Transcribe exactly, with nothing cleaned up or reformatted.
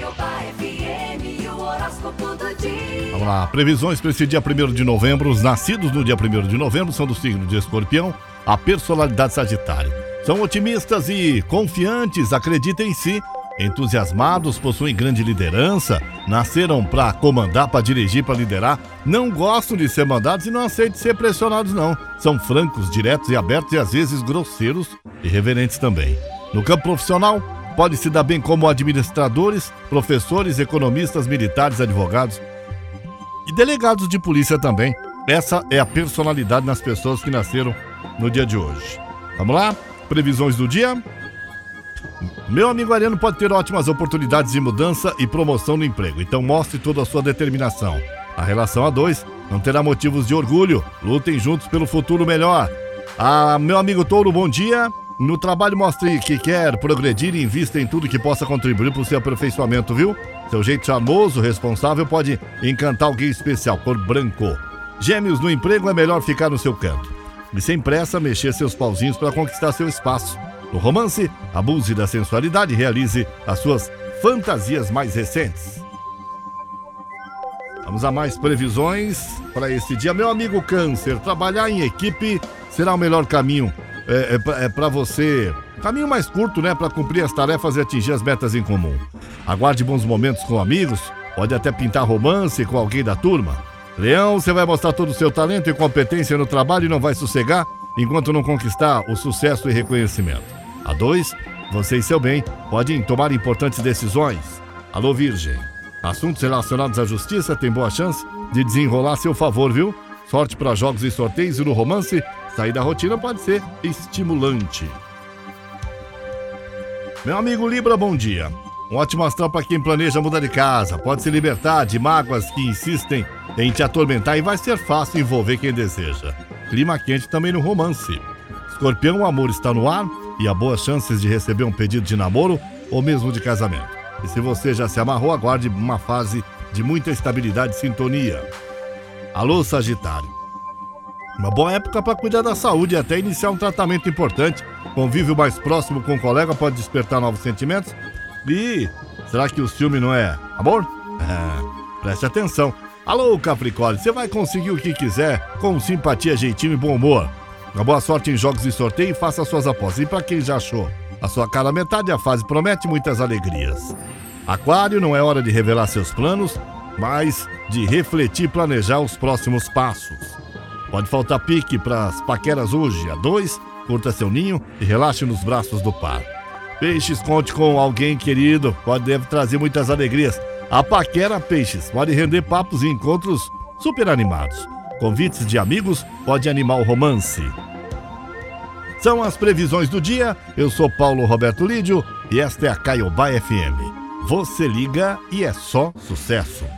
Caiobá F M e o horóscopo do dia. Vamos lá, previsões para esse dia primeiro de novembro. Os nascidos no dia primeiro de novembro são do signo de Escorpião, a personalidade Sagitário. São otimistas e confiantes, acreditam em si, entusiasmados, possuem grande liderança, nasceram para comandar, para dirigir, para liderar, não gostam de ser mandados e não aceitam ser pressionados não. São francos, diretos e abertos e às vezes grosseiros e reverentes também. No campo profissional, pode se dar bem como administradores, professores, economistas, militares, advogados e delegados de polícia também. Essa é a personalidade nas pessoas que nasceram no dia de hoje. Vamos lá? Previsões do dia. Meu amigo Ariano pode ter ótimas oportunidades de mudança e promoção no emprego, então mostre toda a sua determinação. A relação a dois não terá motivos de orgulho, lutem juntos pelo futuro melhor. Ah, meu amigo Touro, bom dia. No trabalho mostre que quer progredir e invista em tudo que possa contribuir para o seu aperfeiçoamento, viu? Seu jeito charmoso, responsável pode encantar alguém especial, cor branco. Gêmeos, no emprego é melhor ficar no seu canto e sem pressa mexer seus pauzinhos para conquistar seu espaço. No romance, abuse da sensualidade e realize as suas fantasias mais recentes. Vamos a mais previsões para esse dia. Meu amigo Câncer, trabalhar em equipe será o melhor caminho é, é, é para você. Caminho mais curto, né? Para cumprir as tarefas e atingir as metas em comum. Aguarde bons momentos com amigos, pode até pintar romance com alguém da turma. Leão, você vai mostrar todo o seu talento e competência no trabalho e não vai sossegar enquanto não conquistar o sucesso e reconhecimento. A dois, você e seu bem podem tomar importantes decisões. Alô, Virgem. Assuntos relacionados à justiça têm boa chance de desenrolar a seu favor, viu? Sorte para jogos e sorteios e no romance, sair da rotina pode ser estimulante. Meu amigo Libra, bom dia. Um ótimo astral para quem planeja mudar de casa. Pode se libertar de mágoas que insistem em te atormentar e vai ser fácil envolver quem deseja. Clima quente também no romance. Escorpião, o amor está no ar e há boas chances de receber um pedido de namoro ou mesmo de casamento. E se você já se amarrou, aguarde uma fase de muita estabilidade e sintonia. Alô, Sagitário. Uma boa época para cuidar da saúde e até iniciar um tratamento importante. Convívio mais próximo com o colega pode despertar novos sentimentos. E será que o ciúme não é amor? É, preste atenção. Alô, Capricórnio, você vai conseguir o que quiser com simpatia, jeitinho e bom humor. Uma boa sorte em jogos e sorteio e faça suas apostas. E para quem já achou a sua cara metade, a fase promete muitas alegrias. Aquário, não é hora de revelar seus planos, mas de refletir e planejar os próximos passos. Pode faltar pique para as paqueras hoje. A dois, curta seu ninho e relaxe nos braços do par. Peixes, conte com alguém querido, pode deve trazer muitas alegrias. A paquera, Peixes, pode render papos e encontros super animados. Convites de amigos pode animar o romance. São as previsões do dia. Eu sou Paulo Roberto Lídio e esta é a Caiobá F M. Você liga e é só sucesso.